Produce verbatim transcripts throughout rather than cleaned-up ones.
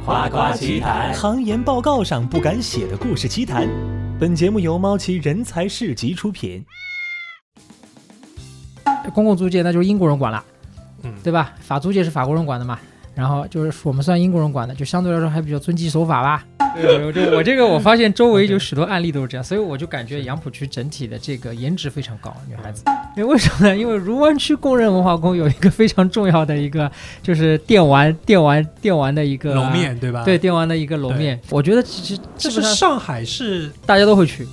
呱呱奇谈， 行研报告上不敢写的故事奇谈。本节目由猫奇人才市集出品。 公共租界那就是英国人管了， 嗯， 对吧？法租界是法国人管的嘛，然后就是我们算英国人管的，就相对来说还比较遵纪守法吧。对，我这我这个我发现周围有许多案例都是这样，所以我就感觉杨浦区整体的这个颜值非常高，女孩子。因为为什么呢？因为卢湾区工人文化宫有一个非常重要的一个，就是电玩电玩电玩的一个楼面，对吧？ 对，电玩的一个楼面，我觉得其实这是上海市大家都会去。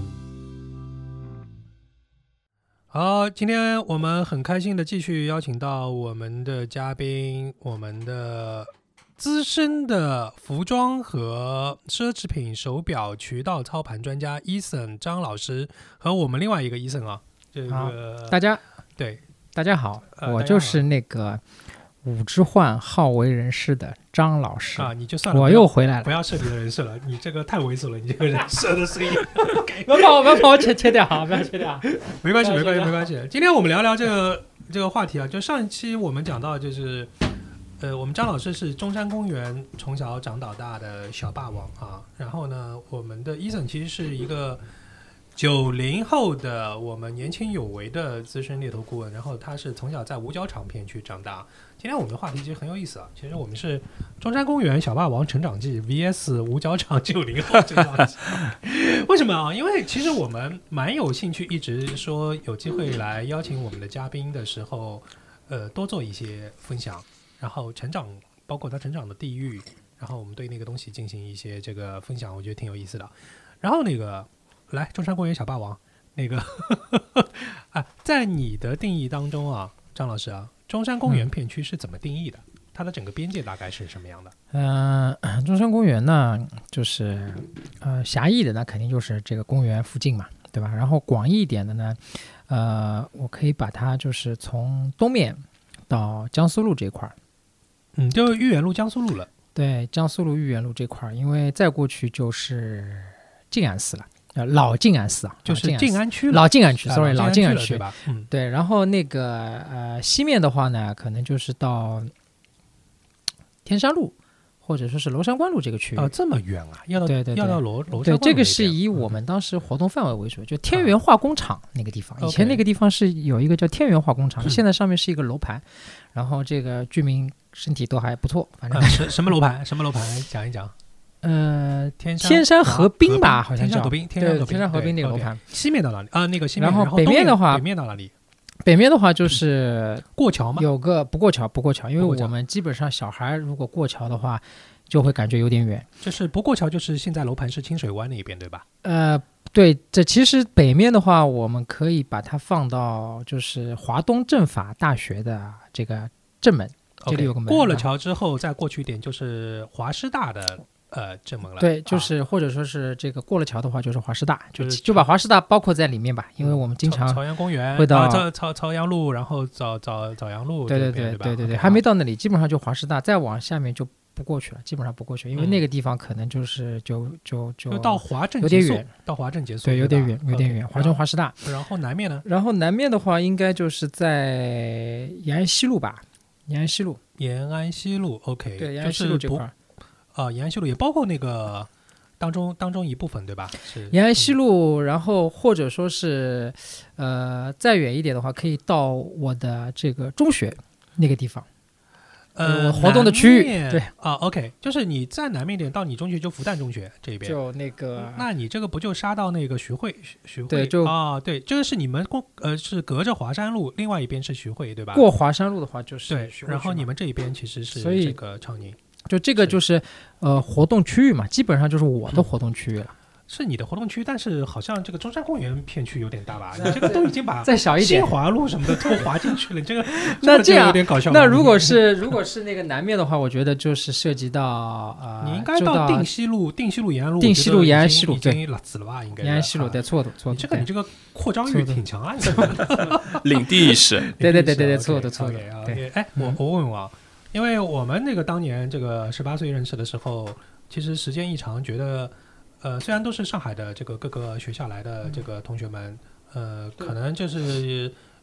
好，今天我们很开心的继续邀请到我们的嘉宾，我们的资深的服装和奢侈品手表渠道操盘专家伊森张老师和我们另外一个伊森啊，这个大家对大家好， 呃、 我就是那个武之幻好为人师的张老师啊，你就算了， 我又回来了， 不要设别的人设了，你这个太猥琐了，你这个人设的声音， 不要把我不要把我切切掉啊，不要切掉， 没关系没关系没关系。今天我们聊聊这个这个话题啊，就上一期我们讲到就是。呃，我们张老师是中山公园从小长到大的小霸王啊，然后呢，我们的伊森其实是一个九零后的我们年轻有为的资深猎头顾问，然后他是从小在五角场片区长大。今天我们的话题其实很有意思啊，其实我们是中山公园小霸王成长记 V S 五角场九零后成长记。为什么啊？因为其实我们蛮有兴趣，一直说有机会来邀请我们的嘉宾的时候，呃，多做一些分享。然后成长，包括他成长的地域，然后我们对那个东西进行一些这个分享，我觉得挺有意思的。然后那个，来中山公园小霸王，那个啊，在你的定义当中啊，张老师啊，中山公园片区是怎么定义的？嗯、它的整个边界大概是什么样的？ 嗯、呃，中山公园呢，就是呃狭义的那肯定就是这个公园附近嘛，对吧？然后广义一点的呢，呃，我可以把它就是从东面到江苏路这块儿。 嗯，就是豫园路、江苏路了。对， 江苏路豫园路这块儿，因为再过去就是静安寺了，呃，老静安寺啊， 就是静安区了， 老静安区 ，sorry， 老静安区，对吧？嗯， 对。然后那个呃西面的话呢，可能就是到天山路或者说是娄山关路这个区域。 哦，这么远啊？要到对对对要到娄娄山关路。 对，这个是以我们当时活动范围为主，就天元化工厂那个地方，以前那个地方是有一个叫天元化工厂，现在上面是一个楼盘，然后这个居民身体都还不错，反正、 呃、什么楼盘？什么楼盘？讲一讲。 呃， 天山天山河滨吧，好像叫天山河滨， 对，天山河滨那个楼盘。 西面到哪里啊？那个西面。 然后北面的话， 北面到哪里？ 北面的话就是过桥吗？ 有个不过桥，不过桥，因为我们基本上小孩如果过桥的话，就会感觉有点远。 就是不过桥，就是现在楼盘是清水湾那一边，对吧？ 呃，对，这其实北面的话，我们可以把它放到就是华东政法大学的这个正门。 Okay, 这里有个门， 过了桥之后再过去一点就是华师大的呃正门了。 对，就是、啊、或者说是这个过了桥的话就是华师大，就、 就是、 就把华师大包括在里面吧，因为我们经常朝阳公园会到、 啊、朝朝朝阳路，然后早早早阳路， 对对对对对对对，还没到那里，基本上就华师大，再往下面就不过去了，基本上不过去，因为那个地方可能就是就就就就到华镇有点远， 到华镇结束， 对，有点远，有点远，华中华师大。 然后南面呢？ 然后南面的话，应该就是在延安西路吧。延安西路， 延安西路 ，OK， 对，延安西路这块儿， 啊，延安西路也包括那个当中当中一部分，对吧？是延安西路，嗯、然后或者说是，呃，再远一点的话，可以到我的这个中学那个地方， 呃， 我活动的区域，对啊 ，OK， 就是你在南面一点，到你中学就复旦中学这边， 就那个， 那你这个不就杀到那个徐汇？徐汇对，就啊，对，这个是你们公呃是隔着华山路，另外一边是徐汇，对吧？ 过华山路的话就是对，然后你们这一边其实是这个长宁， 就这个就是呃活动区域嘛，基本上就是我的活动区域了。 嗯是你的活动区，但是好像这个中山公园片区有点大吧？你这个都已经把再小一点新华路什么的都划进去了，这个那这样有点搞笑。 那如果是如果是那个南面的话，我觉得就是涉及到呃， 你应该到定西路、定西路、延安路、 定西路、延安西路， 对，已经拉死了吧？应该延安西路对，错的错的。 你这个你这个扩张欲挺强啊，你这个领地意识。 对对对对对，错的错的。 对，哎，我我问问啊，因为我们那个当年这个十八岁认识的时候，其实时间一长，觉得。呃，虽然都是上海的这个各个学校来的这个同学们，呃，可能就是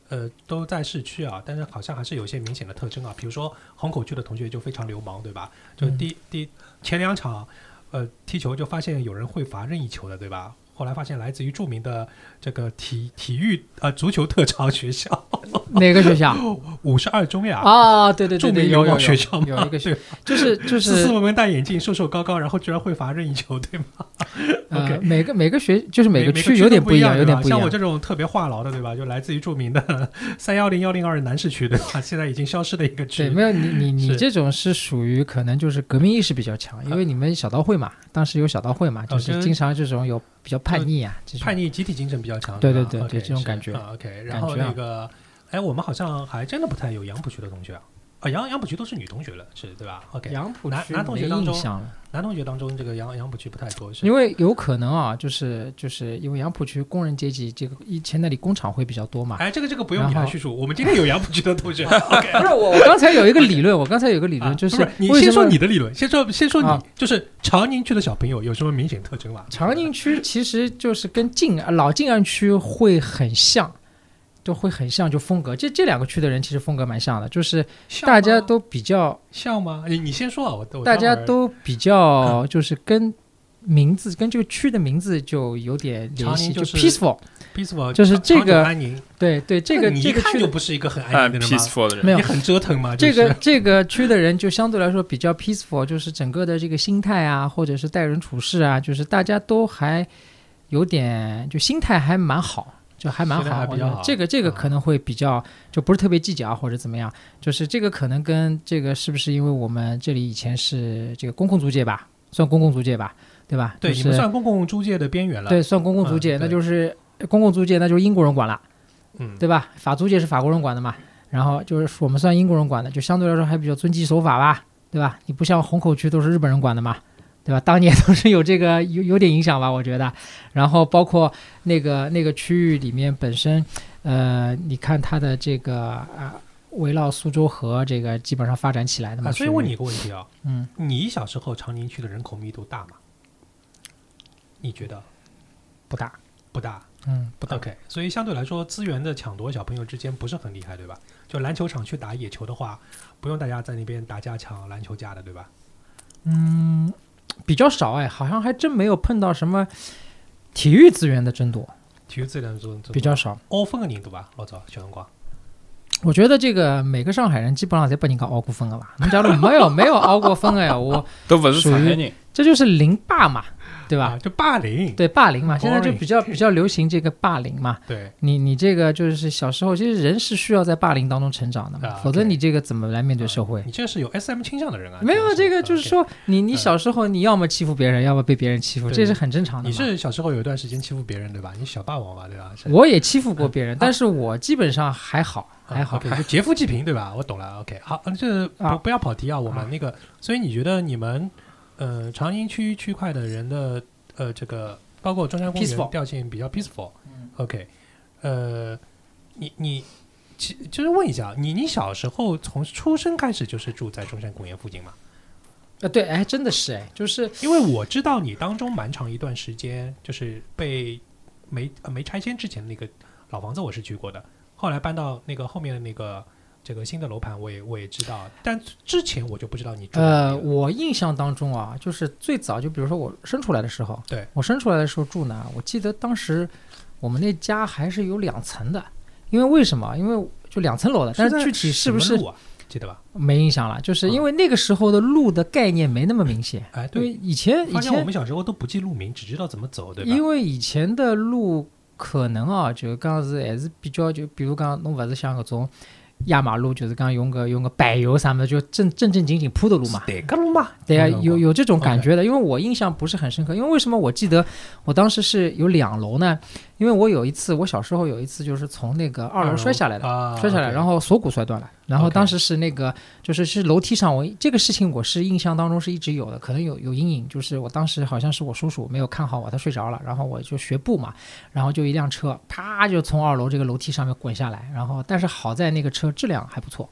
呃都在市区啊，但是好像还是有一些明显的特征啊，比如说虹口区的同学就非常流氓，对吧？就第、嗯、第前两场呃踢球就发现有人会罚任意球的，对吧？后来发现来自于著名的这个体体育呃足球特长学校， 哪个学校？ 五十二中呀！ 啊，对对对， 著名流氓学校嘛， 有一个学，就是就是斯斯文文戴眼镜，瘦瘦高高，然后居然会罚任意球，对吗？ 呃 OK， 每个每个学就是每个区有点不一样，有点不一样。 像我这种特别话痨的，对吧？就来自于著名的三幺零幺零二南市区，对吧？现在已经消失的一个区。 对，没有你你你这种是属于可能就是革命意识比较强，因为你们小刀会嘛，当时有小刀会嘛，就是经常这种有比较叛逆啊，这种叛逆集体精神比较强。 对对对 okay， 对，这种感觉。 啊、OK， 然后那个，哎，我们好像还真的不太有杨浦区的同学啊。啊，杨杨浦区都是女同学了，是对吧 ？OK， 杨浦区男男同学当中， 了男同学当中这个杨杨浦区不太多，是因为有可能啊，就是就是因为杨浦区工人阶级这个以前那里工厂会比较多嘛。 哎，这个这个不用你来叙述，我们今天有杨浦区的同学。OK， 不是我，我刚才有一个理论，我刚才有一个理论就是， 啊、你先说你的理论，先说先说你、啊，就是长宁区的小朋友有什么明显特征吗？ 长宁区其实就是跟静老静安区会很像。都会很像，就风格，这这两个区的人其实风格蛮像的，就是大家都比较像吗？你你先说啊，我我大家都比较就是跟名字、嗯、跟这个区的名字就有点联系， 就 peaceful peaceful 就是这个安宁， 对对，这个你这个区就不是一个很安宁的人吗？ peaceful 的人， 没有你很折腾吗？ 这个这个区的人就相对来说比较 peaceful， 就是整个的这个心态啊，或者是待人处事啊，就是大家都还有点就心态还蛮好。就还蛮好， 比较好这个这个可能会比较、嗯、就不是特别计较或者怎么样，就是这个可能跟这个是不是因为我们这里以前是这个公共租界吧，算公共租界吧，对吧？ 对， 就是、 你们算公共租界的边缘了。 对，算公共租界、嗯，那就是公共租界，那就是英国人管了，嗯，对吧？法租界是法国人管的嘛，然后就是我们算英国人管的，就相对来说还比较遵纪守法吧，对吧？你不像虹口区都是日本人管的嘛。对吧？当年都是有这个有有点影响吧，我觉得。然后包括那个那个区域里面本身，呃，你看它的这个啊，围绕苏州河这个基本上发展起来的嘛。 啊、所以问你一个问题啊， 嗯， 你小时候长宁区的人口密度大吗？你觉得？ 不大， 不大， 嗯，不大。 OK， 所以相对来说，资源的抢夺，小朋友之间不是很厉害，对吧？就篮球场去打野球的话，不用大家在那边打架抢篮球架的，对吧？ 嗯。比较少哎，好像还真没有碰到什么体育资源的争夺。 体育资源的争夺比较少。 奥分的人多吧？老早小辰光。 我觉得这个每个上海人基本上侪被人家熬过分的吧？你假如没有没有熬过分的呀，我都不是上海人， 这就是凌霸嘛。对吧、 啊？就霸凌， 对霸凌嘛，现在就比较比较流行这个霸凌嘛。 对， 你你这个就是小时候，其实人是需要在霸凌当中成长的嘛，啊、否则你这个怎么来面对社会？啊、 你这是有 S M 倾向的人啊。 没有这个，就是说你你小时候你要么欺负别人，要么被别人欺负，这是很正常的。 你是小时候有一段时间欺负别人对吧？你小霸王吧对吧？ 我也欺负过别人，但是我基本上还好。还好， okay, 就劫富济贫对吧？我懂了。OK， 好，这不、啊、不要跑题啊。我们那个，啊、所以你觉得你们呃长宁区区块的人的呃这个包括中山公园调性比较 peaceful。 嗯、 OK， 呃，你你其就是问一下，你你小时候从出生开始就是住在中山公园附近吗？ 呃，对，哎，真的是哎，就是因为我知道你当中蛮长一段时间就是被没呃没拆迁之前的那个老房子我是去过的。后来搬到那个后面的那个这个新的楼盘，我也我也知道，但之前我就不知道你住、那个。 呃，我印象当中啊，就是最早就比如说我生出来的时候， 对我生出来的时候住呢，我记得当时我们那家还是有两层的，因为为什么？因为就两层楼的，但是具体是不是？ 啊、记得吧？ 没印象了，就是因为那个时候的路的概念没那么明显。 哎、嗯，对， 因为以前以前我们小时候都不记路名，只知道怎么走，对吧？ 因为以前的路。可能啊，就讲是还是比较就，比如讲侬勿是像搿种压马路，就是讲用个用个柏油啥么，就正正正经经铺的路嘛。 对个路嘛。 对啊，有有这种感觉的，因为我印象不是很深刻。因为为什么我记得我当时是有两楼呢？因为我有一次，我小时候有一次就是从那个二楼摔下来的， 啊、 摔下来， okay. 然后锁骨摔断了。然后当时是那个就是是楼梯上，我这个事情我是印象当中是一直有的，可能有有阴影。就是我当时好像是我叔叔没有看好我，他睡着了，然后我就学步嘛，然后就一辆车啪就从二楼这个楼梯上面滚下来，然后但是好在那个车质量还不错。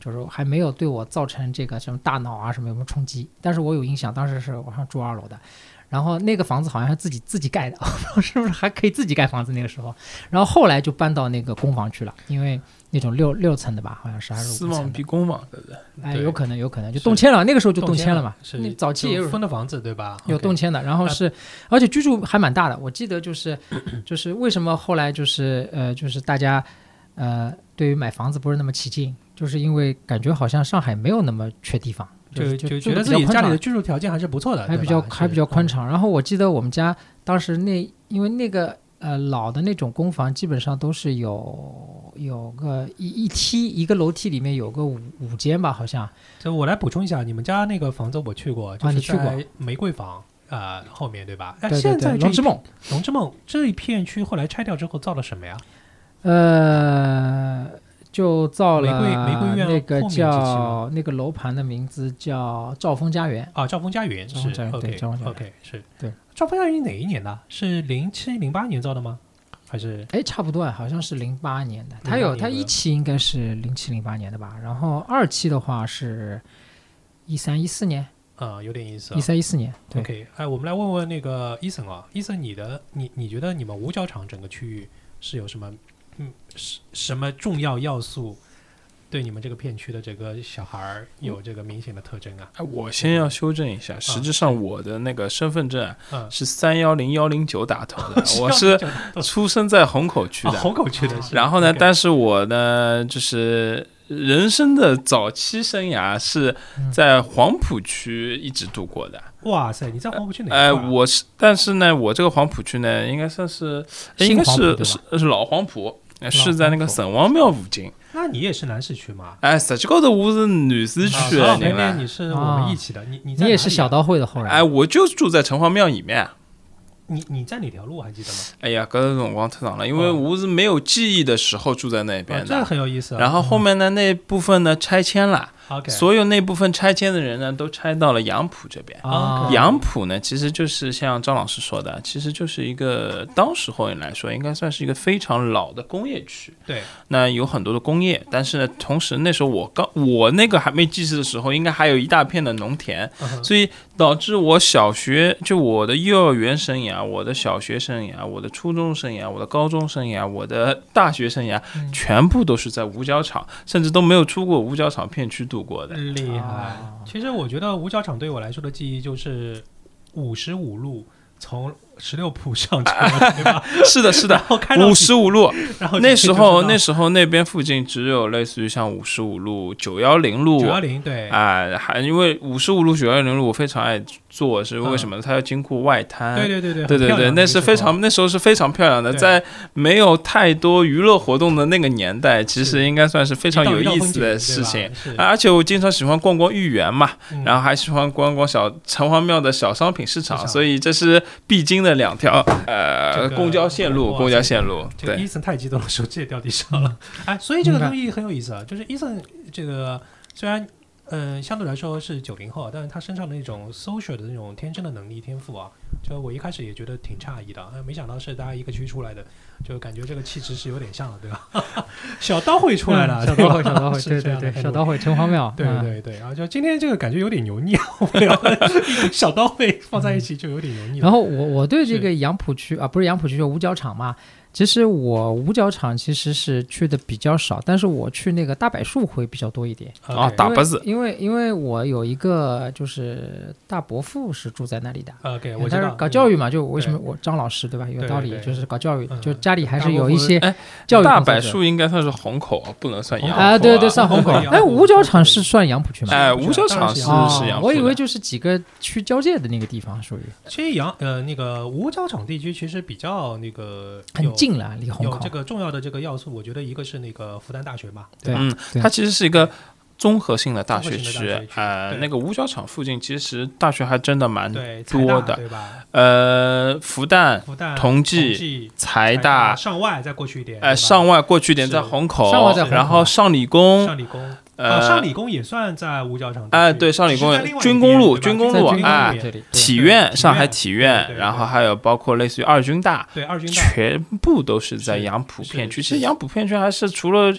就是还没有对我造成这个什么大脑啊什么有什么冲击，但是我有印象，当时是我上住二楼的。然后那个房子好像是自己自己盖的，是不是还可以自己盖房子那个时候？然后后来就搬到那个公房去了，因为那种六六层的吧，好像是还是五层的。 四望逼公房，对不对？ 哎，有可能，有可能就动迁了，那个时候就动迁了嘛。 是那早期也有分的房子对吧？ 有动迁的，然后是，而且居住还蛮大的。我记得就是就是为什么后来就是呃就是大家呃对于买房子不是那么起劲，就是因为感觉好像上海没有那么缺地方。 就就就觉得自己家里的居住条件还是不错的， 还比较还比较宽敞。然后我记得我们家当时那因为那个呃老的那种公房，基本上都是有有个一一梯一个楼梯里面有个五五间吧，好像。 就我来补充一下，你们家那个房子我去过，就是你去过在玫瑰坊呃后面对吧？ 对对对， 现在龙之梦， 龙之梦这一片区后来拆掉之后造了什么呀？ 呃。就造了玫瑰玫瑰院那个叫那个楼盘的名字叫兆丰家园啊，兆丰家园是 OK OK 是对。 兆丰家园哪一年的？是零七零八年造的吗？还是哎差不多啊，好像是零八年的。它有它一期应该是零七零八年的吧，然后二期的话是一三一四年。 啊、嗯，有点意思、 啊。一三一四年。对 OK， 哎，我们来问问那个伊森啊，伊森，你的你你觉得你们五角场整个区域是有什么？嗯，什么重要要素对你们这个片区的这个小孩有这个明显的特征啊？ 哎，我先要修正一下，嗯、实际上我的那个身份证啊、 嗯、 是三幺零幺零九打头的，我是出生在虹口区的， 哦、虹口区的。 然后呢， okay 但是我呢，就是人生的早期生涯是在黄浦区一直度过的。 哇塞，你在黄浦区哪块、啊？ 哎、呃，我是，但是呢，我这个黄浦区呢，应该算是，应该是是是老黄浦。是在那个沈王庙附近。 那你也是南市区嘛？ 哎，实际高头我是南市区的， 那边你是我们一起的，你你你也是小刀会的后人。 哎，我就住在城隍庙里面。 你你在哪条路还记得吗？ 哎呀，搿辰光太长了，因为我是没有记忆的时候住在那边的， 这很有意思、啊。 然后后面呢，那部分呢拆迁了。 Okay. 所有那部分拆迁的人呢，都拆到了杨浦这边。 Okay. 杨浦呢，其实就是像张老师说的，其实就是一个当时候人来说，应该算是一个非常老的工业区。 对， 那有很多的工业，但是呢，同时那时候我刚我那个还没记事的时候，应该还有一大片的农田， 嗯、 所以导致我小学就我的幼儿园生涯、我的小学生涯、我的初中生涯、我的高中生涯、我的大学生涯， 嗯、 全部都是在五角场，甚至都没有出过五角场片区度过的。 厉害！啊、其实我觉得五角场对我来说的记忆就是五十五路从十六铺上去了，对吧？ 是的，是的，五十五路。 然后那时候那时候那边附近只有类似于像五十五路、九幺零路、 九幺零对， 哎、呃，还因为五十五路、九幺零路我非常爱做，是为什么？它要经过外滩， 对对对对， 对对对，那是非常那时候是非常漂亮的，在没有太多娱乐活动的那个年代，其实应该算是非常有意思的事情。而且我经常喜欢逛逛豫园嘛， 嗯、 然后还喜欢逛逛小城隍庙的小商品市场，所以这是必经的两条呃、 这个、 公交线路，公交线路。 这个伊森太激动了，手机也掉地上了。哎，所以这个东西很有意思啊，就是伊森这个虽然。嗯，相对来说是九零后，但是他身上的那种 social 的那种天生的能力天赋啊，就我一开始也觉得挺诧异的，没想到是大家一个区出来的，就感觉这个气质是有点像的，对吧？小刀会出来了， 嗯、小刀会，小刀会，对对对，小刀会，城隍庙， 对对对，然后就今天这个感觉有点油腻，我聊小刀会放在一起就有点油腻。 然后我我对这个杨浦区啊，不是杨浦区，就五角场嘛。其实我五角场其实是去的比较少，但是我去那个大柏树会比较多一点啊。大柏子， 因为因为我有一个就是大伯父是住在那里的。 OK， 我知道。 他是搞教育嘛，就为什么我张老师对吧？有道理， 对对对就是搞教育， 嗯、 就家里还是有一些教育。 大柏树应该算是虹口，不能算杨浦啊。对对，算虹口。哎，五角场是算杨浦区吗？ 哎，五角场是是杨浦。 我以为就是几个区交界的那个地方属于。 其实杨呃那个五角场地区其实比较那个很近了，离虹口。 这个重要的这个要素，我觉得一个是那个复旦大学嘛， 对吧？ 嗯，它其实是一个综合性的大学区， 呃， 那个五角场附近其实大学还真的蛮多的， 对吧？ 呃，复旦、 复旦、 同济、财大、上外再过去一点， 哎，上外过去一点在虹口， 上外在虹口， 然后上理工， 上理工。 呃， 上理工也算在五角场。 哎，对，上理工军工路，军工路，哎，体院，上海体院，然后还有包括类似于二军大， 对，二军大， 全部都是在杨浦片区。其实杨浦片区还是除了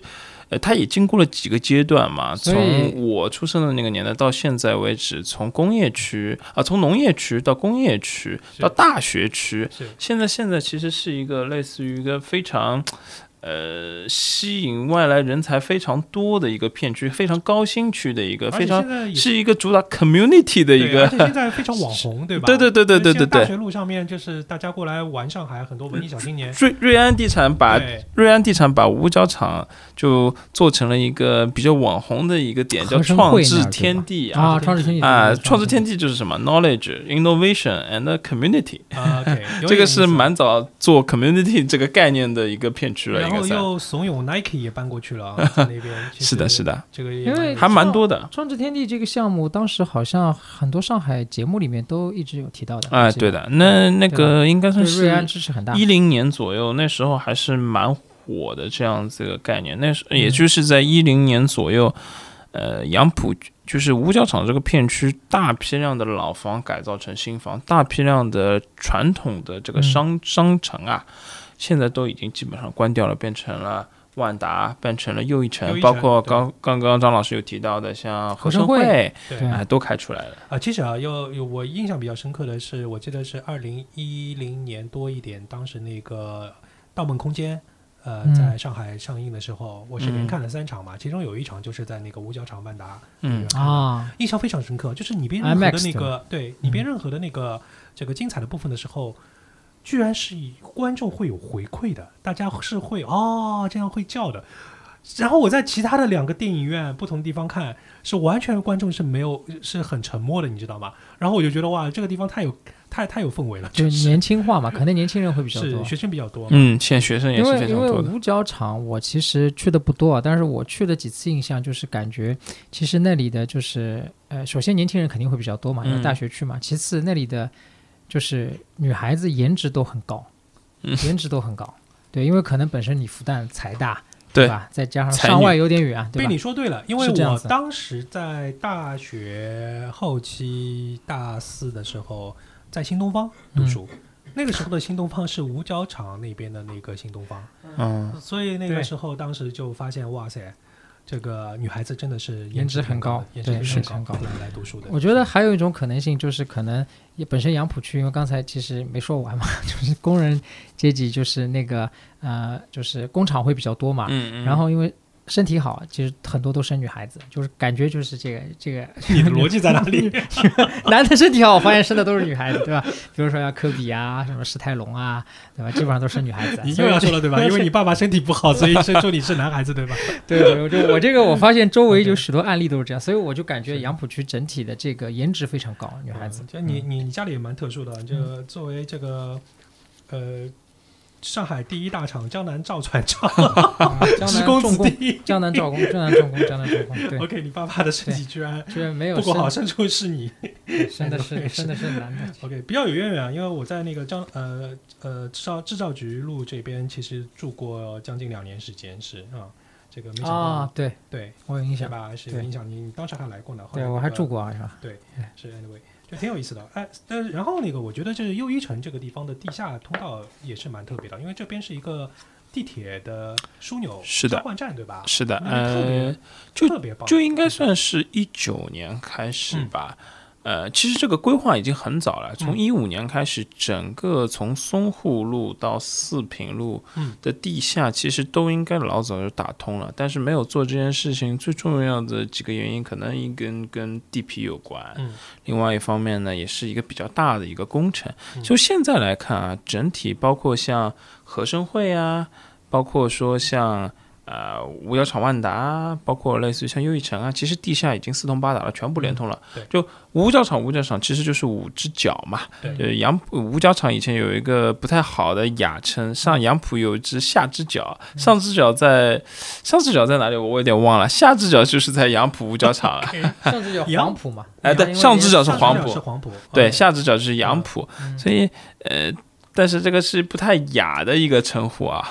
呃，它也经过了几个阶段嘛，从我出生的那个年代到现在为止，从工业区啊，从农业区到工业区到大学区，现在现在其实是一个类似于一个非常。呃，吸引外来人才非常多的一个片区，非常高新区的一个，非常是一个主打 community 的一个， 而且现在非常网红，对吧？ 对对对对对对对。 大学路上面就是大家过来玩上海，很多文艺小青年。 瑞瑞安地产把瑞安地产把五角场就做成了一个比较网红的一个点，叫创智天地啊，啊创智天地啊，创智天地就是什么 knowledge, innovation and community， 啊 okay, 这个是蛮早做 community 这个概念的一个片区了。 然后又怂恿 Nike 也搬过去了，在那边。 是的，是的， 这个因为还蛮多的。 创智天地这个项目，当时好像很多上海节目里面都一直有提到的。 哎，对的，那那个应该算是瑞安支持很大。 一零年左右，那时候还是蛮火的这样子的概念。那时也就是在一零年左右，呃，杨浦就是五角场这个片区，大批量的老房改造成新房，大批量的传统的这个商、嗯、商城啊。现在都已经基本上关掉了，变成了万达，变成了又一城，包括刚刚刚张老师有提到的像合生汇，对，哎，都开出来了啊。其实啊，有有我印象比较深刻的是，我记得是二零一零年多一点，当时那个《盗梦空间》呃、嗯、在上海上映的时候，我是连看了三场嘛，嗯、其中有一场就是在那个五角场万达， 嗯啊， 印象非常深刻，就是你编任何的那个，对你编任何的那个这个精彩的部分的时候。居然是以观众会有回馈的，大家是会哦这样会叫的。然后我在其他的两个电影院不同地方看，是完全观众是没有，是很沉默的，你知道吗？然后我就觉得哇，这个地方太有太太有氛围了， 就是年轻化嘛，可能年轻人会比较多， 是学生比较多。 嗯，现在学生也是非常多的。 因为因为五角场我其实去的不多啊，但是我去的几次印象就是感觉，其实那里的就是呃，首先年轻人肯定会比较多嘛，因为大学区嘛。嗯、其次那里的。就是女孩子颜值都很高，嗯、颜值都很高，对，因为可能本身你复旦财大，对吧？再加上上外有点远，对吧？ 被你说对了，因为我当时在大学后期大四的时候，在新东方读书，嗯、那个时候的新东方是五角场那边的那个新东方，嗯，所以那个时候当时就发现，哇塞。这个女孩子真的是颜值很高， 颜值很高， 来读书的。 我觉得还有一种可能性，就是可能也本身杨浦区，因为刚才其实没说完嘛，就是工人阶级，就是那个呃，就是工厂会比较多嘛， 嗯嗯然后因为身体好，其实很多都生女孩子，就是感觉就是这个这个。 你的逻辑在哪里？ 男的身体好，我发现生的都是女孩子，对吧？比如说像科比啊，什么史泰龙啊，对吧？基本上都是女孩子。 你又要说了对吧？因为你爸爸身体不好，所以生出你是男孩子，对吧？ 对对，我就我这个我发现周围有许多案例都是这样，所以我就感觉杨浦区整体的这个颜值非常高，女孩子。 就你你你家里也蛮特殊的，就作为这个呃。上海第一大厂江南造船厂， 职工子弟，江南重工，江南重工，江南重工。对 ，OK， 你爸爸的身体居然居然没有不够好，生出是你， 生的是生的是男的。 OK， 比较有渊源啊，因为我在那个江呃呃制造制造局路这边，其实住过将近两年时间，是啊，这个没想到啊，对对， 我有印象吧？是有印象，你你当时还来过呢， 对我还住过啊，是吧？ 对，是 anyway。就挺有意思的，哎，但是然后那个，我觉得就是又一城这个地方的地下通道也是蛮特别的，因为这边是一个地铁的枢纽交换站，对吧？ 是的， 呃， 就特别棒， 就应该算是一九年开始吧。嗯呃，其实这个规划已经很早了，从一五年开始，整个从淞沪路到四平路的地下，其实都应该老早就打通了，但是没有做这件事情。最重要的几个原因，可能一跟跟地皮有关， 嗯， 另外一方面呢，也是一个比较大的一个工程。就现在来看啊，整体包括像合生汇啊，包括说像。呃，五角场万达，包括类似于像又一城啊，其实地下已经四通八达了，全部连通了。 嗯、 就五角场，五角场其实就是五只脚嘛。 对， 杨五角场以前有一个不太好的雅称，上杨浦有一只下只脚， 嗯、 上只脚在上只脚在哪里？我有点忘了，下只脚就是在杨浦五角场了。 上只脚黄浦嘛？ 哎，对，上只脚是黄浦， 是黄浦， 对，下只脚就是杨浦， 嗯、 所以呃，但是这个是不太雅的一个称呼啊。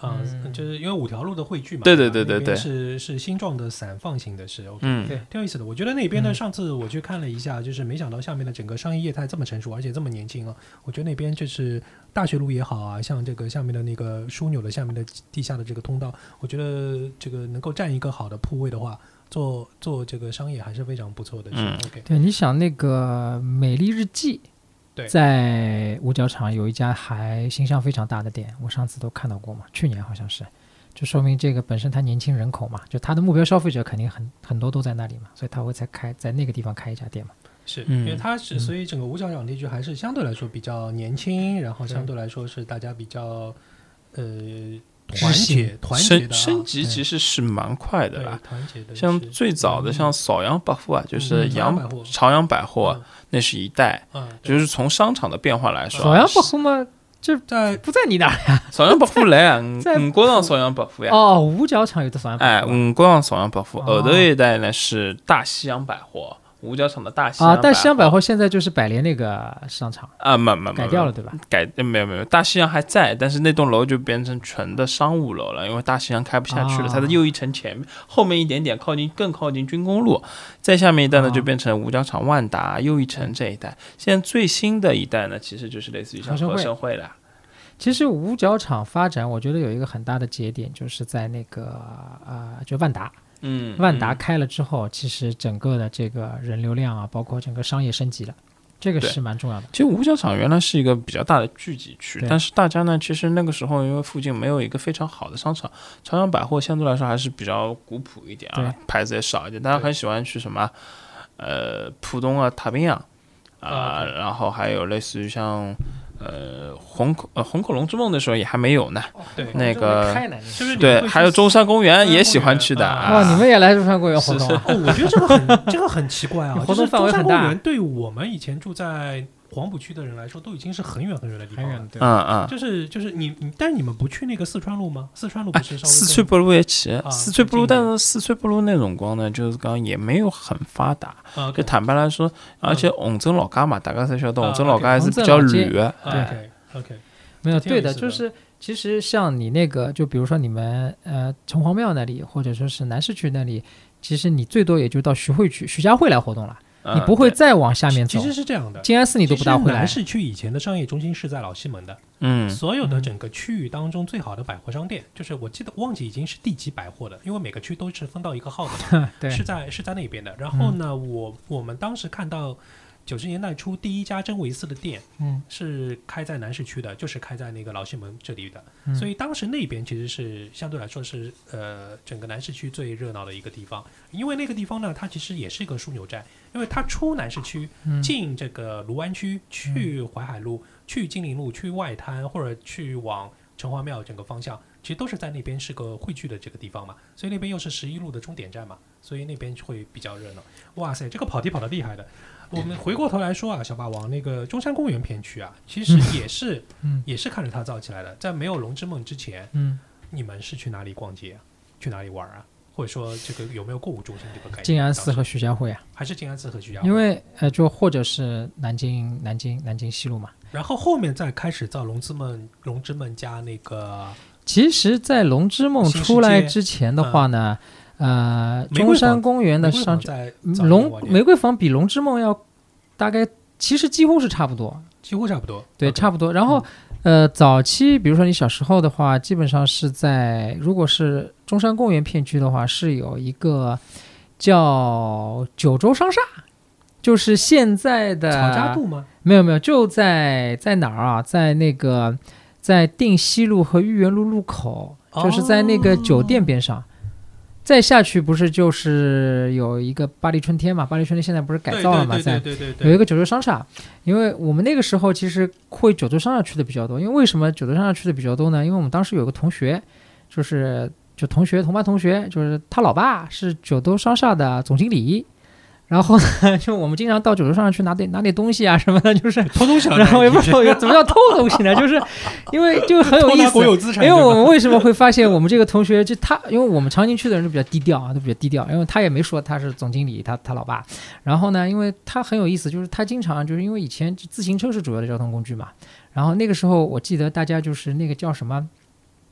啊、 嗯就是因为五条路的汇聚嘛， 对对对对对对是是星状的散放型的是 OK， 嗯， 对挺有意思的。我觉得那边呢， 嗯上次我去看了一下，就是没想到下面的整个商业业态这么成熟，而且这么年轻啊。我觉得那边就是大学路也好啊，像这个下面的那个枢纽的下面的地下的这个通道，我觉得这个能够占一个好的铺位的话，做做这个商业还是非常不错的。 嗯 OK， 对，你想那个美丽日记， 对在五角场有一家还形象非常大的店，我上次都看到过嘛，去年好像是，就说明这个本身它年轻人口嘛，就它的目标消费者肯定很很多都在那里嘛，所以他会才开在那个地方开一家店嘛。 是嗯因为它是， 嗯所以整个五角场地区还是相对来说比较年轻，然后相对来说是大家比较呃团结团结的、啊、 升升级其实是蛮快的啦。 对团结的是， 像最早的像扫阳百货啊，就是嗯阳朝阳百货朝阳百货啊嗯， 那是一代， 嗯，对就是从商场的变化来说啊， 扫阳百货嘛，这在不在你那儿呀？ 扫阳百货来啊， 在五角场扫阳百货呀， 哦，五角场有的扫阳百哎， 货五角场扫阳百货， 哦后头一代呢是大西洋百货，五角场的大西啊， 洋但西洋百货货现在就是百联那个商场啊，没没没改掉了，对吧？ 改呃没有没有，大西洋还在，但是那栋楼就变成纯的商务楼了，因为大西洋开不下去了， 啊它的又一层前面后面一点点靠近更靠近军工路，再下面一带呢啊就变成五角场万达又一城这一带。现在最新的一代呢，其实就是类似于像和合生汇生汇了， 其实五角场发展，我觉得有一个很大的节点，就是在那个呃，就万达， 嗯，嗯万达开了之后，其实整个的这个人流量啊，包括整个商业升级了，这个对是蛮重要的。 其实五角场原来是一个比较大的聚集区， 对但是大家呢，其实那个时候因为附近没有一个非常好的商场，朝阳百货相对来说还是比较古朴一点啊对， 牌子也少一点，大家很喜欢去什么，呃，浦东啊、太平洋啊、 啊对然后还有类似于像呃虹口呃虹口龙之梦的时候也还没有呢， 对那个开南是不是你们对， 会去还有中山公园中山也喜公园欢去的啊哦，你们也来中山公园活动啊？ 哦，我觉得这个很这个很奇怪啊， 活动范围就是中山很大公园对我们以前住在黄浦区的人来说，都已经是很远很远的地方了很远。对。 嗯嗯。 就是就是你你，但是你们不去那个四川路吗？四川路不哎， 是稍微更四川北路也去， 啊四川北路， 最近的但是四川北路那辰光呢，就是讲也没有很发达。 啊就坦白来说，而且洪镇老家嘛，大家才晓得，洪镇老家还是比较洪镇老街乱的。 对 ，OK OK， 没有对的， 挺有意思的就是其实像你那个，就比如说你们呃城隍庙那里，或者说是南市区那里，其实你最多也就到徐汇区、徐家汇来活动了， 嗯你不会对再往下面走其。实是这样的。 静安寺你都不大会来其实南。市区以前的商业中心是在老西门的， 嗯所有的整个区域当中最好的百货商店，就是我记得忘记已经是地级百货的，因为每个区都是分到一个号的嘛， 对， 是在是在那边的。然后呢，我我们当时看到九十年代初第一家真维斯的店嗯， 是开在南市区的，就是开在那个老西门这里的， 嗯所以当时那边其实是相对来说是呃整个南市区最热闹的一个地方，因为那个地方呢，它其实也是一个枢纽站，因为它出南市区嗯进这个卢湾区，去淮海路，去金陵路，去外滩，或者去往城隍庙整个方向，其实都是在那边是个汇聚的这个地方嘛，所以那边又是十一路的终点站嘛，所以那边会比较热闹。哇塞，这个跑题跑得厉害的。我们回过头来说啊，小霸王那个中山公园片区啊，其实也是、 嗯也是看着它造起来的。在没有龙之梦之前， 嗯， 你们是去哪里逛街啊？去哪里玩啊？或者说这个有没有购物中心这个概念？ 静安寺和徐家汇啊， 还是静安寺和徐家汇？ 因为呃，就或者是南京、南京、南京西路嘛。 然后后面再开始造龙之梦，龙之梦加那个其实，在《龙之梦》出来之前的话呢，呃， 玫瑰坊中山公园的玫瑰商坊在嗯早一龙晚点玫瑰坊比《龙之梦》要大概，其实几乎是差不多， 几乎差不多， 对， OK 差不多。然后，呃，早期比如说你小时候的话，基本上是在如果是中山公园片区的话，是有一个叫九州商厦，就是现在的草家渡吗？ 没有没有，就在在哪儿啊？在那个在定西路和豫园路路口，就是在那个酒店边上。再下去不是就是有一个巴黎春天嘛？巴黎春天现在不是改造了嘛？在对对对对有一个九州商厦，因为我们那个时候其实会九州商厦去的比较多。因为为什么九州商厦去的比较多呢？因为我们当时有个同学，就是就同学同班同学，就是他老爸是九州商厦的总经理。然后呢，就我们经常到九州商厦去拿点拿点东西啊什么的，就是偷东西了， 然后也不知道怎么叫偷东西呢，就是因为就很有意思偷拿国。有资产， 因为我对吧们为什么会发现我们这个同学，就他，因为我们常年去的人都比较低调啊，都比较低调，因为他也没说他是总经理，他他老爸。然后呢，因为他很有意思，就是他经常就是因为以前自行车是主要的交通工具嘛，然后那个时候我记得大家就是那个叫什么，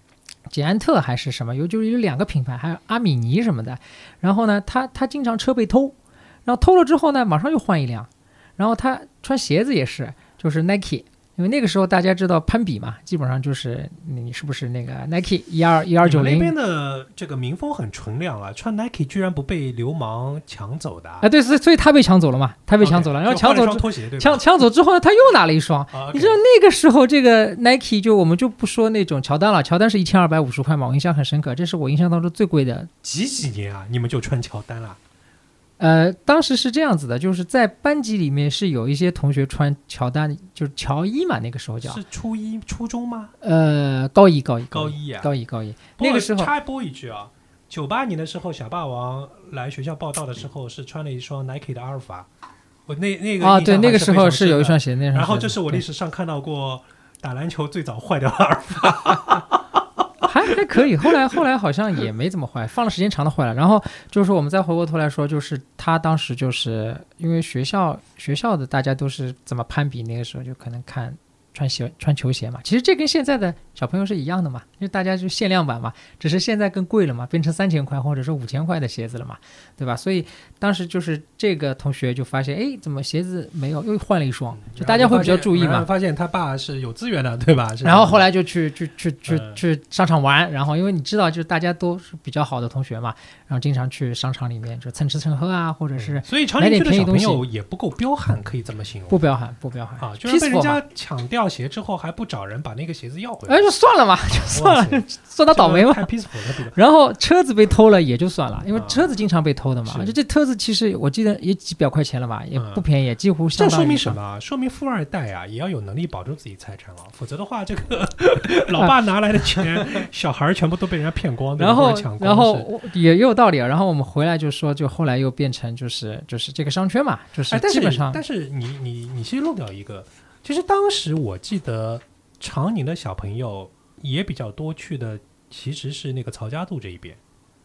捷安特还是什么，有就是有两个品牌，还有阿米尼什么的。然后呢，他他经常车被偷，然后偷了之后呢，马上又换一辆。然后他穿鞋子也是，就是 Nike。因为那个时候大家知道攀比嘛，基本上就是你是不是那个 Nike 一二一二九零那边的这个民风很纯良啊，穿 Nike 居然不被流氓抢走的啊！ 啊对，所以所以他被抢走了嘛，他被抢走了， okay, 然后抢走拖鞋对吧？ 抢抢走之后呢，他又拿了一双。 啊 okay. 你知道那个时候这个 Nike 就我们就不说那种乔丹了，乔丹是一千二百五十块嘛，我印象很深刻，这是我印象当中最贵的。 几几年啊？你们就穿乔丹了？ 呃，当时是这样子的，就是在班级里面是有一些同学穿乔丹，就是乔一嘛，那个时候叫是初一初中吗？ 呃，高一高一高一啊， 高一高一。那个时候插播一句啊，九八年的时候，小霸王来学校报道的时候是穿了一双 Nike 的阿尔法，我那那个啊，对，那个时候是有一双鞋，那双鞋。 然后这是我历史上看到过打篮球最早坏的阿尔法。 还还可以，后来后来好像也没怎么坏，放了时间长的坏了。然后就是我们再回过头来说，就是他当时就是因为学校学校的大家都是怎么攀比，那个时候就可能看穿鞋穿球鞋嘛。其实这跟现在的小朋友是一样的嘛，因为大家就限量版嘛，只是现在更贵了嘛，变成三千块或者是五千块的鞋子了嘛，对吧？所以当时就是这个同学就发现，哎，怎么鞋子没有，又换了一双，就大家会比较注意嘛。 发现他爸是有资源的，对吧？ 然后后来就去去去去、 嗯、 去商场玩，然后因为你知道，就是大家都是比较好的同学嘛，然后经常去商场里面就蹭吃蹭喝啊，或者是所以长宁区的小朋友也不够彪悍，可以这么形容。 不彪悍，不彪悍啊，就是被人家抢掉鞋之后还不找人把那个鞋子要回来， 哎，就算了嘛，就算了，算他倒霉嘛。 太 peaceful 了。 然后车子被偷了也就算了，因为车子经常被偷的嘛。就这车子其实我记得也几百块钱了吧，也不便宜，嗯、几乎相当于。 这说明什么？说明富二代啊也要有能力保住自己财产啊，否则的话，这个老爸拿来的钱，小孩全部都被人家骗光， 然后抢光。 然后也有道理啊。然后我们回来就说，就后来又变成就是就是这个商圈嘛，就是基本上。 哎、但是, 但是你你你其实漏掉一个，其实当时我记得长宁的小朋友也比较多去的。其实是那个曹家渡这一边，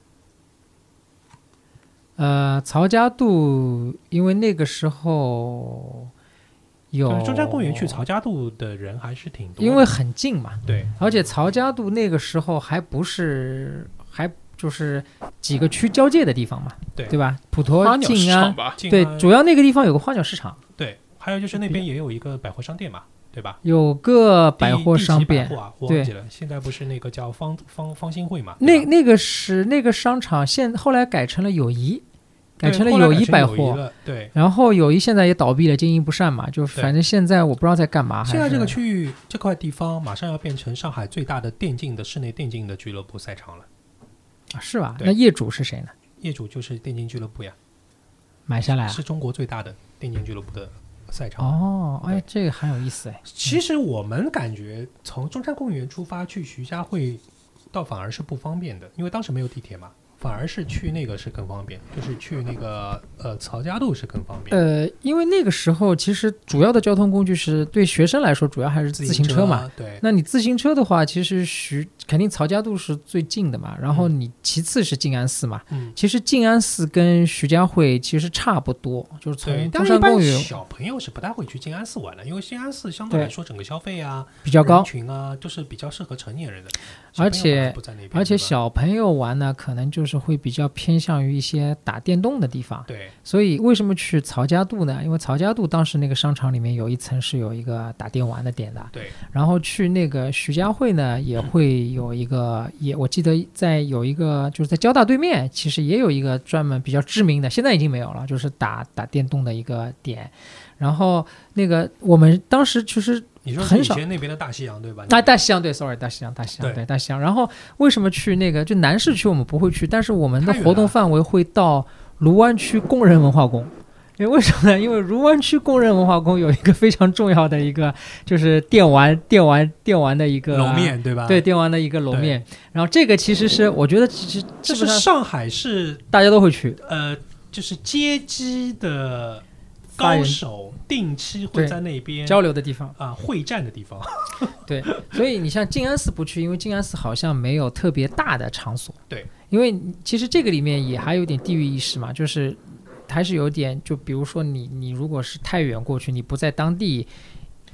呃，曹家渡，因为那个时候有中山公园去曹家渡的人还是挺多的， 因为很近嘛。 对， 而且曹家渡那个时候还不是还就是几个区交界的地方嘛， 对对吧？普陀、静安，对， 安主要那个地方有个花鸟市场， 对，还有就是那边也有一个百货商店嘛。对吧？ 有个百货商店， 啊、我忘记了，现在不是那个叫方方方兴汇嘛？ 那那个是那个商场，现后来改成了友谊，改成了友谊百货。 对， 然后友谊现在也倒闭了，经营不善嘛，就反正现在我不知道在干嘛。 现在这个区域这块地方马上要变成上海最大的电竞的室内电竞的俱乐部赛场了， 啊，是吧？那业主是谁呢？ 业主就是电竞俱乐部呀， 买下来、啊、 是中国最大的电竞俱乐部的。赛场哦，哎，这个很有意思哎。 其实我们感觉从中山公园出发去徐家汇，倒反而是不方便的，因为当时没有地铁嘛，反而是去那个是更方便，就是去那个呃曹家渡是更方便。 呃，因为那个时候其实主要的交通工具是对学生来说，主要还是自行车嘛。 车对。 那你自行车的话，其实徐肯定曹家渡是最近的嘛，然后你其次是静安寺嘛。 嗯。 其实静安寺跟徐家汇其实差不多，就是从中山公园。 小朋友是不太会去静安寺玩的，因为静安寺相对来说整个消费啊比较高， 人群啊都是比较适合成年人的。 而且而且小朋友玩呢，可能就是会比较偏向于一些打电动的地方。 对。 所以为什么去曹家渡呢？因为曹家渡当时那个商场里面有一层是有一个打电玩的点的。 对。 然后去那个徐家汇呢，也会有一个，嗯、也我记得在有一个就是在交大对面，其实也有一个专门比较知名的，现在已经没有了，就是打打电动的一个点。然后那个我们当时其实你说是以前那边的大西洋对吧？ 啊，大西洋对 ，sorry， 大西洋，大西洋 对, 对大西洋。然后为什么去那个就南市区我们不会去，但是我们的活动范围会到卢湾区工人文化宫。因为为什么呢？因为卢湾区工人文化宫有一个非常重要的一个，就是电玩、电玩、电玩的一个楼面，对吧？ 对，电玩的一个楼面。然后这个其实是我觉得其实这是上海市大家都会去， 呃，就是街机的高手定期会在那边交流的地方啊，会战的地方。 对，所以你像静安寺不去，因为静安寺好像没有特别大的场所。 对， 因为其实这个里面也还有点地域意识嘛，就是还是有点，就比如说你你如果是太远过去，你不在当地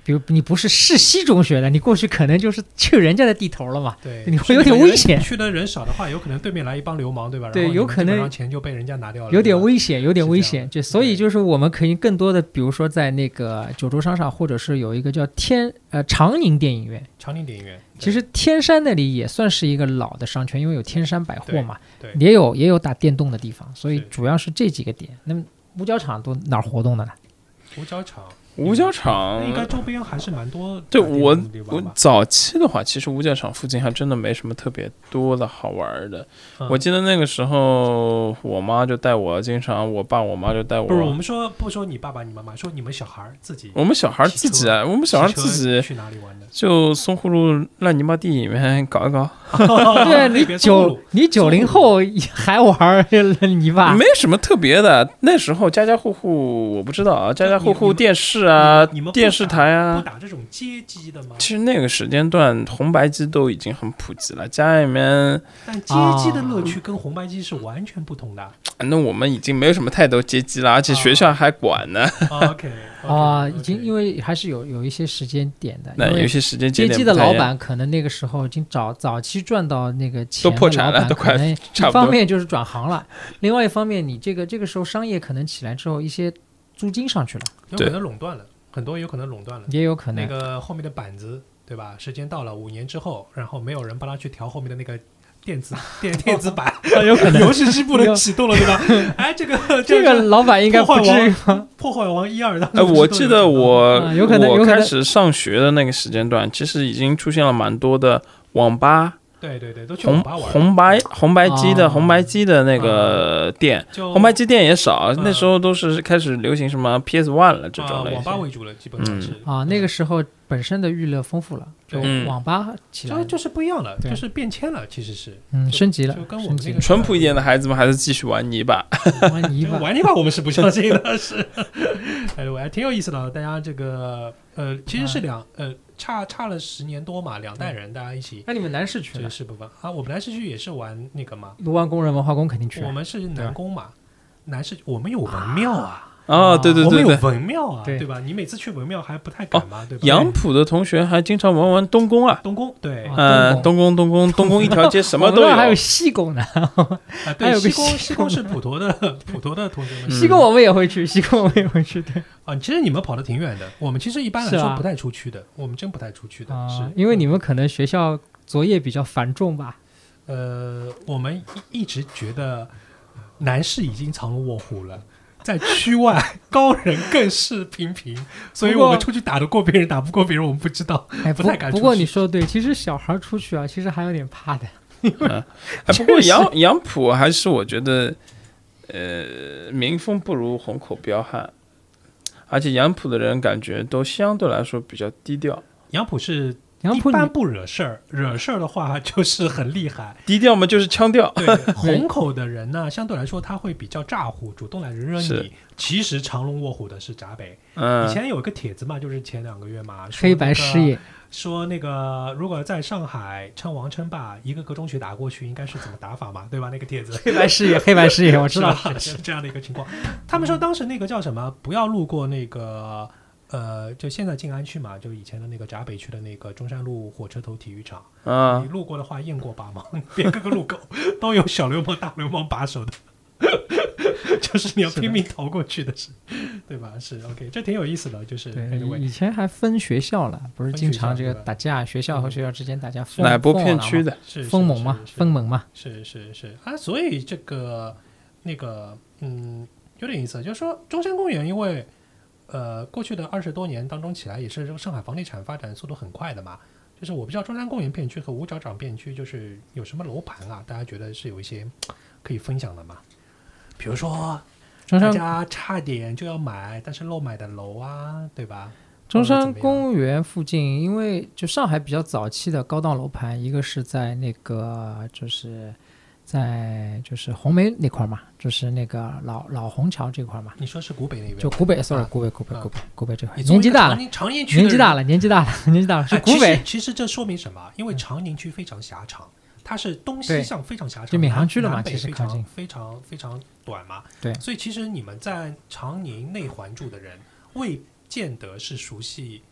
比如你不是市西中学的，你过去可能就是去人家的地头了嘛， 对， 你会有点危险。 去的人少的话，有可能对面来一帮流氓，对吧？ 对，有可能钱就被人家拿掉了， 有点危险，有点危险。就所以就是我们可以更多的，比如说在那个九州商场，或者是有一个叫天呃长宁电影院， 长宁电影院， 其实天山那里也算是一个老的商圈，因为有天山百货嘛， 对， 也有也有打电动的地方，所以主要是这几个点。那么五角场都哪儿活动的呢？ 五角场。 五角场应该周边还是蛮多。 对我，我早期的话，其实五角场附近还真的没什么特别多的好玩的。嗯、我记得那个时候，我妈就带我，经常我爸我妈就带我。 不是，我们说不说你爸爸你妈妈，说你们小孩自己。 我们小孩自己啊，我们小孩自己去哪里玩的？ 就松葫芦烂泥巴地里面搞一搞。 对，你九你九零后还玩烂泥巴？ 没什么特别的。那时候家家户户我不知道啊，家家户户电视啊，电视台啊， 不打这种街机的吗？ 其实那个时间段红白机都已经很普及了，家里面。 但街机的乐趣跟红白机是完全不同的。 啊、那我们已经没有什么太多街机了，而且学校还管呢。 啊、OK。 啊，已经因为还是有有一些时间点的， 那有些时间点。街机的老板可能那个时候已经早早期赚到那个钱， 都破产了，都快差不多。一方面就是转行了，另外一方面你这个这个时候商业可能起来之后，一些租金上去了， 有可能垄断了，很多有可能垄断了， 也有可能那个后面的板子，对吧？时间到了五年之后，然后没有人帮他去调后面的那个。电子电电子版、 哦、有可能游戏机不能启动了，对吧？哎，这个这个老板应该不至于吗？ 破坏王一二的。 哎，我记得我、 啊、有可能我开始上学的那个时间段，其实已经出现了蛮多的网吧。 对对对，都去网吧玩。 红白红白机的、哦、红白机的那个店， 嗯、 红白机店也少、嗯。那时候都是开始流行什么 P S One 了这种类型、 啊，网吧为主了，基本上是、 嗯、啊。那个时候本身的娱乐丰富了，就网吧起来了， 就就是不一样了，就是变迁了，其实是嗯升级了， 就跟我们那个淳朴一点的孩子们还是继续玩泥巴， 玩泥巴， 玩泥巴我们是不相信的，是。哎，我还挺有意思的，大家这个呃，其实是两呃。差差了十年多嘛，两代人大家一起。 那你们南市区这个是部分啊，我们南市区也是玩那个嘛。 卢湾工人文化宫肯定去。 我们是南宫嘛，南市我们有文庙啊。 哦，对对对对， 我们有文庙啊， 对对吧？你每次去文庙还不太敢嘛，对吧？ 杨浦的同学还经常玩玩东宫啊。 东宫对， 呃，东宫东宫东宫一条街什么都有。 还有西宫呢。 啊，对，西宫西宫是普陀的普陀的同学们。 西宫我们也会去，西宫我们也会去，对。 啊，其实你们跑得挺远的，我们其实一般来说不太出去的，啊、我们真不太出去的， 啊、 是因为你们可能学校作业比较繁重吧？ 呃，我们一直觉得南市已经藏龙卧虎了，在区外高人更是频频，所以我们出去打得过别人，打不过别人，我们不知道， 哎、 不太敢出去。 不过你说的对，其实小孩出去啊，其实还有点怕的。 嗯、哎，不过杨杨浦还是我觉得。呃，民风不如虹口彪悍，而且杨浦的人感觉都相对来说比较低调。 杨浦是一般不惹事儿，惹事儿的话就是很厉害。 低调嘛，就是腔调。 对，虹口的人呢，相对来说他会比较咋呼，主动来惹惹你。其实藏龙卧虎的是闸北。 嗯， 以前有一个帖子嘛，就是前两个月嘛， 黑白事业。 说那个如果在上海称王称霸，一个个中学打过去应该是怎么打法嘛，对吧？那个帖子黑白事业，黑白事业，我知道是这样的一个情况。他们说当时那个叫什么，不要路过那个呃，就现在静安区嘛，就以前的那个闸北区的那个中山路火车头体育场啊， 你路过的话雁过八芒，别各个路口都有小流氓大流氓把守的。就是你要拼命逃过去的是，对吧？是 OK， 这挺有意思的。就是对，以前还分学校了，不是经常这个打架，学校和学校之间打架， 哪波片区的？ 分盟嘛，分盟嘛， 是是是啊。所以这个那个嗯，有点意思，就是说中山公园，因为呃过去的二十多年当中起来，也是这个上海房地产发展速度很快的嘛。就是我不知道中山公园片区和五角场片区，就是有什么楼盘啊？大家觉得是有一些可以分享的吗？比如说，大家差点就要买，但是漏买的楼啊，对吧？ 中山公园附近，因为就上海比较早期的高档楼盘，一个是在那个就是在就是红梅那块嘛，就是那个老老虹桥这块嘛。 你说是古北那边？ 就古北 ，sorry， 古北，古北，古北，古北这块。年纪大了， 长宁区年纪大了，年纪大了，年纪大了，是古北。 其实这说明什么？因为长宁区非常狭长。它是东西向非常狭长， 就闵行区了嘛， 其实非常非常非常短嘛。 对， 所以其实你们在长宁内环住的人，未见得是熟悉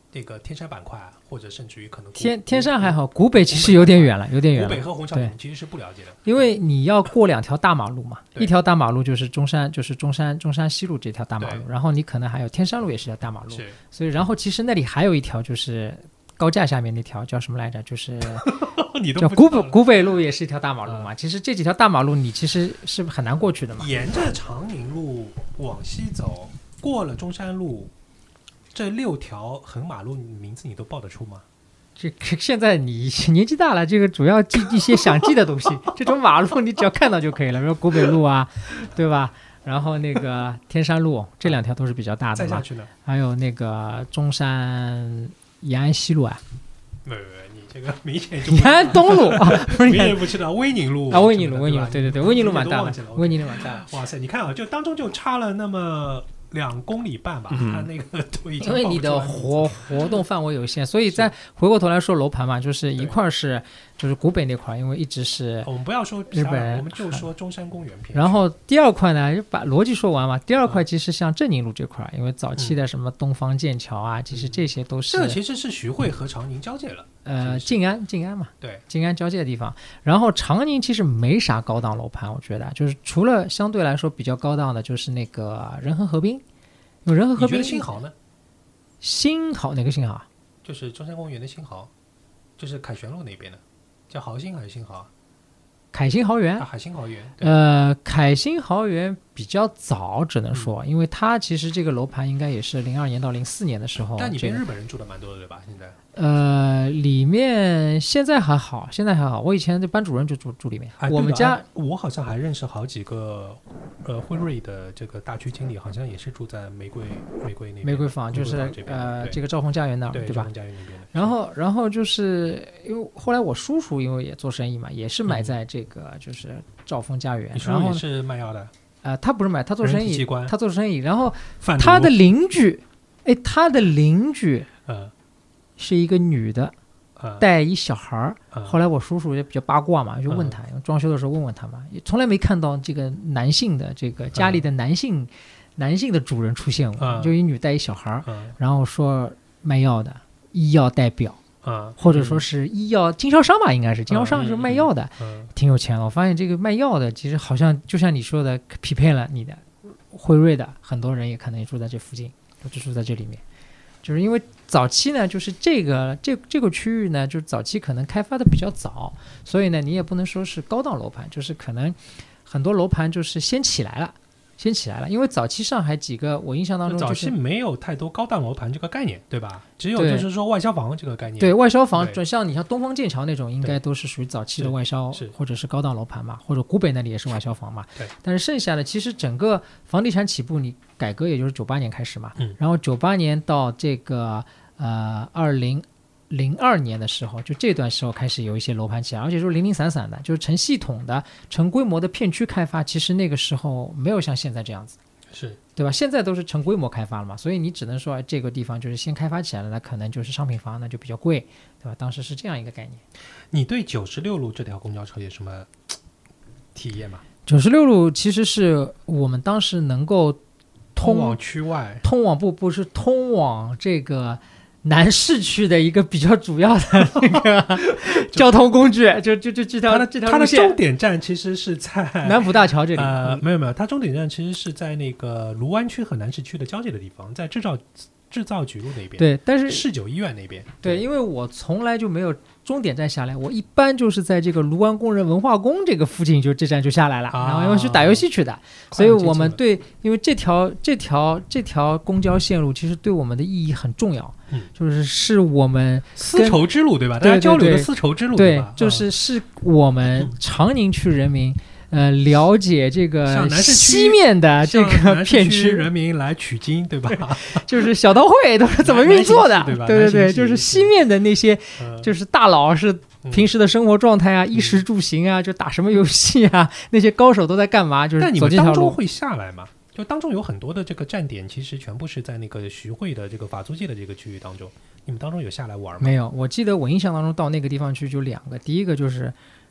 这个天山板块，或者甚至于可能天天山还好，古北其实有点远了，有点远了。 古北和虹桥我们其实是不了解的， 因为你要过两条大马路嘛，一条大马路就是中山，就是中山中山西路这条大马路，然后你可能还有天山路也是条大马路，所以然后其实那里还有一条就是高架下面那条叫什么来着？就是叫古北古北路也是一条大马路嘛。嗯、其实这几条大马路你其实是很难过去的嘛。 沿着长宁路往西走，过了中山路。这六条横马路名字你都报得出吗？ 这现在你年纪大了，这个主要记一些想记的东西。这种马路你只要看到就可以了，比如古北路啊，对吧？然后那个天山路这两条都是比较大的。 再下去呢？ 还有那个中山延安西路啊。 没有没有，你这个明显就延安东路啊，不是明显不知道威宁路啊，威宁路，威宁路，对对对，威宁路蛮大的，威宁路蛮大的。 哇塞，你看啊，就当中就差了那么。两公里半吧， 嗯、 它那个都已经因为你的活活动范围有限，所以再回过头来说楼盘嘛，就是一块是就是古北那块，因为一直是我们不要说日本人， 我们就说中山公园片。 然后第二块呢，就把逻辑说完嘛。第二块其实像正宁路这块，因为早期的什么东方剑桥啊，嗯、其实这些都是这个其实是徐汇和长宁交界了。 呃，静安静安嘛， 对， 静安交界的地方。然后长宁其实没啥高档楼盘，我觉得就是除了相对来说比较高档的，就是那个仁和河滨。有仁和河滨， 新濠呢？ 新濠哪个新濠？ 就是中山公园的新濠，就是凯旋路那边的，叫豪兴还是新濠？ 凯欣豪园， 啊、海欣豪园。 呃，凯欣豪园比较早，只能说，嗯、因为它其实这个楼盘应该也是零二年到零四年的时候。 但里边日本人住的蛮多的，对吧？现在。 呃，里面现在还好，现在还好。我以前的班主任就住住里面。 哎、 我们家、 啊、我好像还认识好几个，呃，辉瑞的这个大区经理，好像也是住在玫瑰玫瑰那边。 玫瑰坊就是这呃这个兆丰家园那儿， 对对吧？ 兆丰家园那边的。 然后然后就是因为后来我叔叔因为也做生意嘛，也是买在这个就是兆丰家园。 你叔叔也是卖药的？ 呃，他不是买，他做生意，他做生意。然后他的邻居，哎，他的邻居， 嗯。 是一个女的，带一小孩儿。 嗯、 后来我叔叔也比较八卦嘛，就问他，嗯、装修的时候问问他嘛，也从来没看到这个男性的这个家里的男性、嗯、男性的主人出现过， 嗯、 就一女带一小孩儿， 嗯、 然后说卖药的医药代表， 嗯、 或者说是医药经销商吧，应该是经销商，就是卖药的， 嗯、 挺有钱的。我发现这个卖药的其实好像就像你说的，匹配了你的辉瑞的，很多人也可能也住在这附近，就住在这里面。就是因为早期呢，就是这个这这个区域呢，就是早期可能开发的比较早，所以呢，你也不能说是高档楼盘，就是可能很多楼盘就是先起来了，先起来了。因为早期上海几个，我印象当中、就是、 早期没有太多高档楼盘这个概念，对吧？只有就是说外销房这个概念。 对外销房，像你像东方剑桥那种，应该都是属于早期的外销或者是高档楼盘嘛，或者古北那里也是外销房嘛。 对。 但是剩下的其实整个房地产起步，你改革也就是九八年开始嘛， 嗯、 然后九八年到这个呃二零零二年的时候，就这段时候开始有一些楼盘起来，而且就是零零散散的，就是成系统的、成规模的片区开发。其实那个时候没有像现在这样子。 是对吧？现在都是成规模开发了嘛，所以你只能说这个地方就是先开发起来了，那可能就是商品房，那就比较贵，对吧？当时是这样一个概念。 你对九十六路这条公交车有什么体验吗？ 九十六路其实是我们当时能够通往区外， 通往不不是通往这个南市区的一个比较主要的那个交通工具，就就就这条它这条它的终点站其实是在南浦大桥这里。 呃，没有没有，它终点站其实是在那个卢湾区和南市区的交界的地方，在制造制造局路那边。 对，但是市九医院那边。 对，因为我从来就没有终点站下来，我一般就是在这个卢湾工人文化宫这个附近，就这站就下来了， 啊、 然后因为去打游戏去的，所以我们对，因为这条这条这条公交线路其实对我们的意义很重要， 嗯、 就是是我们丝绸之路，对吧？ 对对对， 大家交流的丝绸之路， 对， 对吧？ 就是是我们长宁区人民。呃，了解这个西面的这个片区人民来取经，对吧？ 就是小刀会都是怎么运作的， 对吧？ 对对对，就是西面的那些，就是大佬是平时的生活状态啊， 嗯、 衣食住行啊，就打什么游戏啊，那些高手都在干嘛？就是但你们走这条路。 当中会下来吗？就当中有很多的这个站点，其实全部是在那个徐汇的这个法租界的这个区域当中。你们当中有下来玩吗？ 没有，我记得我印象当中到那个地方去就两个，第一个就是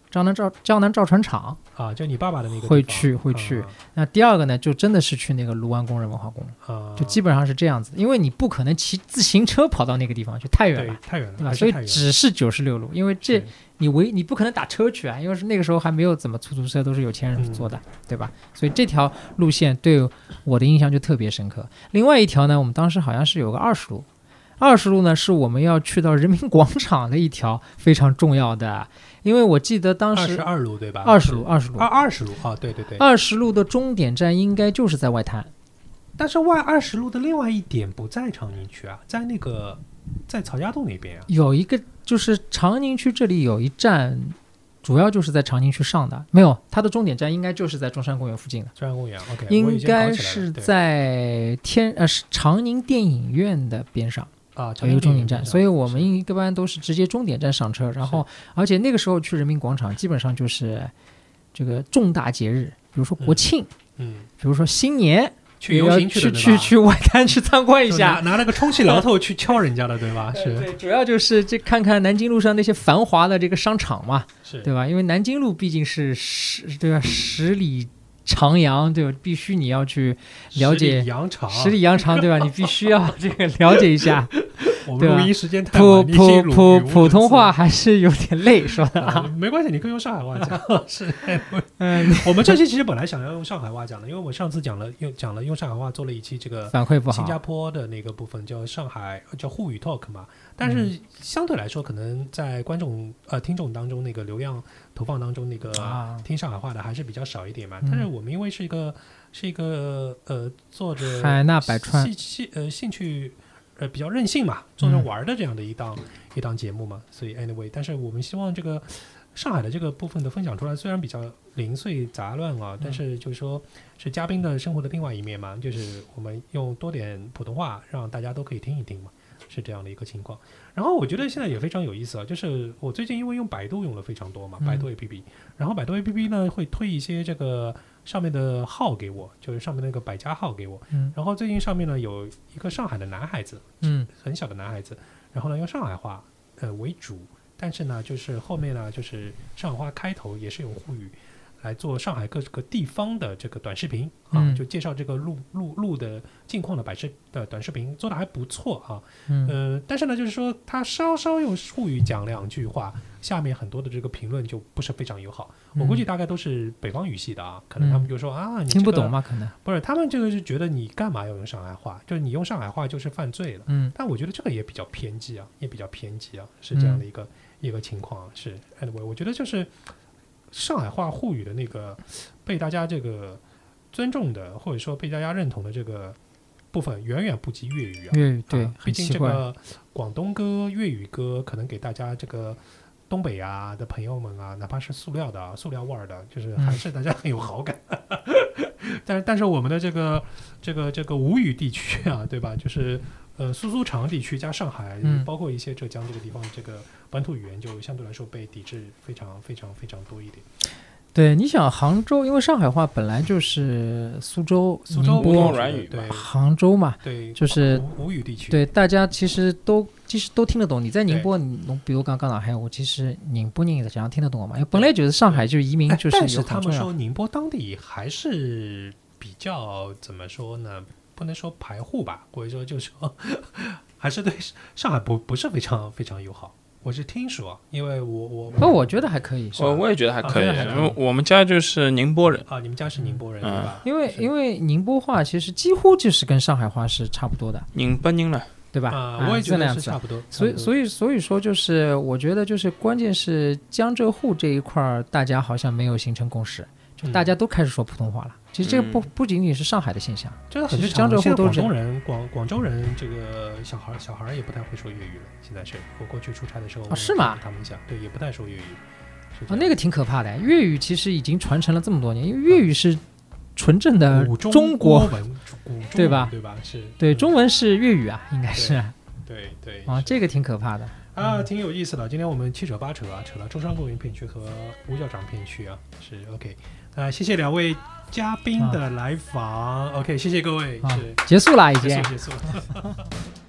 江南造江南造船厂啊，就你爸爸的那个地方会去会去。 啊、 那第二个呢，就真的是去那个卢湾工人文化宫， 啊， 就基本上是这样子，因为你不可能骑自行车跑到那个地方去，太远了， 对，太远了， 对吧？所以太远了只是九十六路，因为这你唯你不可能打车去啊，因为是那个时候还没有怎么出租车，都是有钱人坐的， 嗯、 对吧？所以这条路线对我的印象就特别深刻。另外一条呢，我们当时好像是有个二十路。二十路呢，是我们要去到人民广场的一条非常重要的，因为我记得当时二十二路对吧？ 二十路，二十路， 二二十路啊，对对对， 二十路的终点站应该就是在外滩， 但是外二十路的另外一点不在长宁区啊，在那个在曹家渡那边啊， 有一个就是长宁区这里有一站，主要就是在长宁区上的，没有，它的终点站应该就是在中山公园附近的， 中山公园 ，OK， 应该是在天呃是长宁电影院的边上。 啊， 有一个终点站，所以我们一般都是直接终点站上车，然后而且那个时候去人民广场基本上就是这个重大节日，比如说国庆， 嗯， 比如说新年， 去游行去去去外滩去参观一下， 拿拿那个充气榔头去敲人家的，对吧？是， 对，主要就是这看看南京路上那些繁华的这个商场嘛， 是对吧？因为南京路毕竟是十对吧十里长阳，对吧？必须你要去了解十里洋场， 十里洋场，对吧？你必须要这个了解一下。 我们录音时间太普晚， 普普普通话还是有点累说的啊、 呃。没关系，你可以用上海话讲。是，嗯，我们这期其实本来想要用上海话讲的，因为我上次讲了用讲了用上海话做了一期这个反馈不好， 新加坡的那个部分叫上海叫沪语 talk 嘛，但是相对来说，可能在观众呃听众当中那个流量投放当中，那个听上海话的还是比较少一点嘛。 嗯、 但是我们因为是一个是一个呃做着海纳百川兴呃兴趣。呃，比较任性嘛，做着玩的这样的一档、嗯、一档节目嘛，所以 anyway， 但是我们希望这个上海的这个部分的分享出来，虽然比较零碎杂乱啊，但是就是说是嘉宾的生活的另外一面嘛，就是我们用多点普通话，让大家都可以听一听嘛，是这样的一个情况。然后我觉得现在也非常有意思啊，就是我最近因为用百度用了非常多嘛，百度 A P P，、嗯、然后百度 A P P 呢会推一些这个。上面的号给我，就是上面那个百家号给我、 嗯、 然后最近上面呢有一个上海的男孩子， 嗯， 很小的男孩子，然后呢用上海话呃为主，但是呢就是后面呢就是上海话开头也是用沪语来做上海各个地方的这个短视频啊、 嗯， 就介绍这个路路路的近况的百视的短视频做的还不错啊， 嗯、 呃，但是呢就是说他稍稍用沪语讲两句话，下面很多的这个评论就不是非常友好， 嗯、 我估计大概都是北方语系的啊，可能他们就说、嗯、啊你、这个、 听不懂吗？可能不是，他们这个是觉得你干嘛要用上海话，就是你用上海话就是犯罪了， 嗯， 但我觉得这个也比较偏激啊，也比较偏激啊，是这样的一个、嗯、一个情况、啊、是 anyway， 我觉得就是上海话沪语的那个被大家这个尊重的，或者说被大家认同的这个部分，远远不及粤语啊。 粤语对， 啊、毕竟这个广东歌、粤语歌，可能给大家这个东北啊的朋友们啊，哪怕是塑料的、啊、塑料味儿的，就是还是大家很有好感。嗯、但是，但是我们的这个这个这个吴语地区啊，对吧？就是呃苏苏常地区加上海， 嗯、 包括一些浙江这个地方，这个本土语言就相对来说被抵制非常非常非常多一点。 对，你想杭州，因为上海话本来就是苏州、 苏州宁波、 软语对杭州嘛， 对， 就是吴语地区， 对，大家其实都其实都听得懂。你在宁波，你比如刚刚讲海话，其实宁波人怎样听得懂嘛？因为本来就是上海就移民就是有很重要。但是他们说宁波当地还是比较怎么说呢？不能说排沪吧，或者说就是说还是对上海不不是非常非常友好。我是听说，因为我我那我觉得还可以， 我我也觉得还可以， 啊、 因为我们家就是宁波人啊，你们家是宁波人、嗯、对吧？ 因为因为宁波话其实几乎就是跟上海话是差不多的， 宁波人了， 对吧？ 啊，我也觉得是差不多。 所以所以所以说，就是我觉得就是关键是江浙沪这一块，大家好像没有形成共识。就大家都开始说普通话了，嗯、其实这个不不仅仅是上海的现象， 这个很是江浙沪都是。 广东人、广广州人，这个小孩小孩也不太会说粤语了。现在是我过去出差的时候， 哦，是吗？ 他们讲，对，也不太说粤语。 哦，那个挺可怕的。粤语其实已经传承了这么多年，因为粤语是纯正的中国文， 对吧？ 对吧？是对，中文是粤语啊，应该是。 对对。 啊，这个挺可怕的。 啊，挺有意思的。今天我们七扯八扯啊，扯到中山公园片区和五角场片区啊，是 OK。啊，谢谢两位嘉宾的来访。啊、OK， 谢谢各位。 啊、 是结束了，已经结束结束。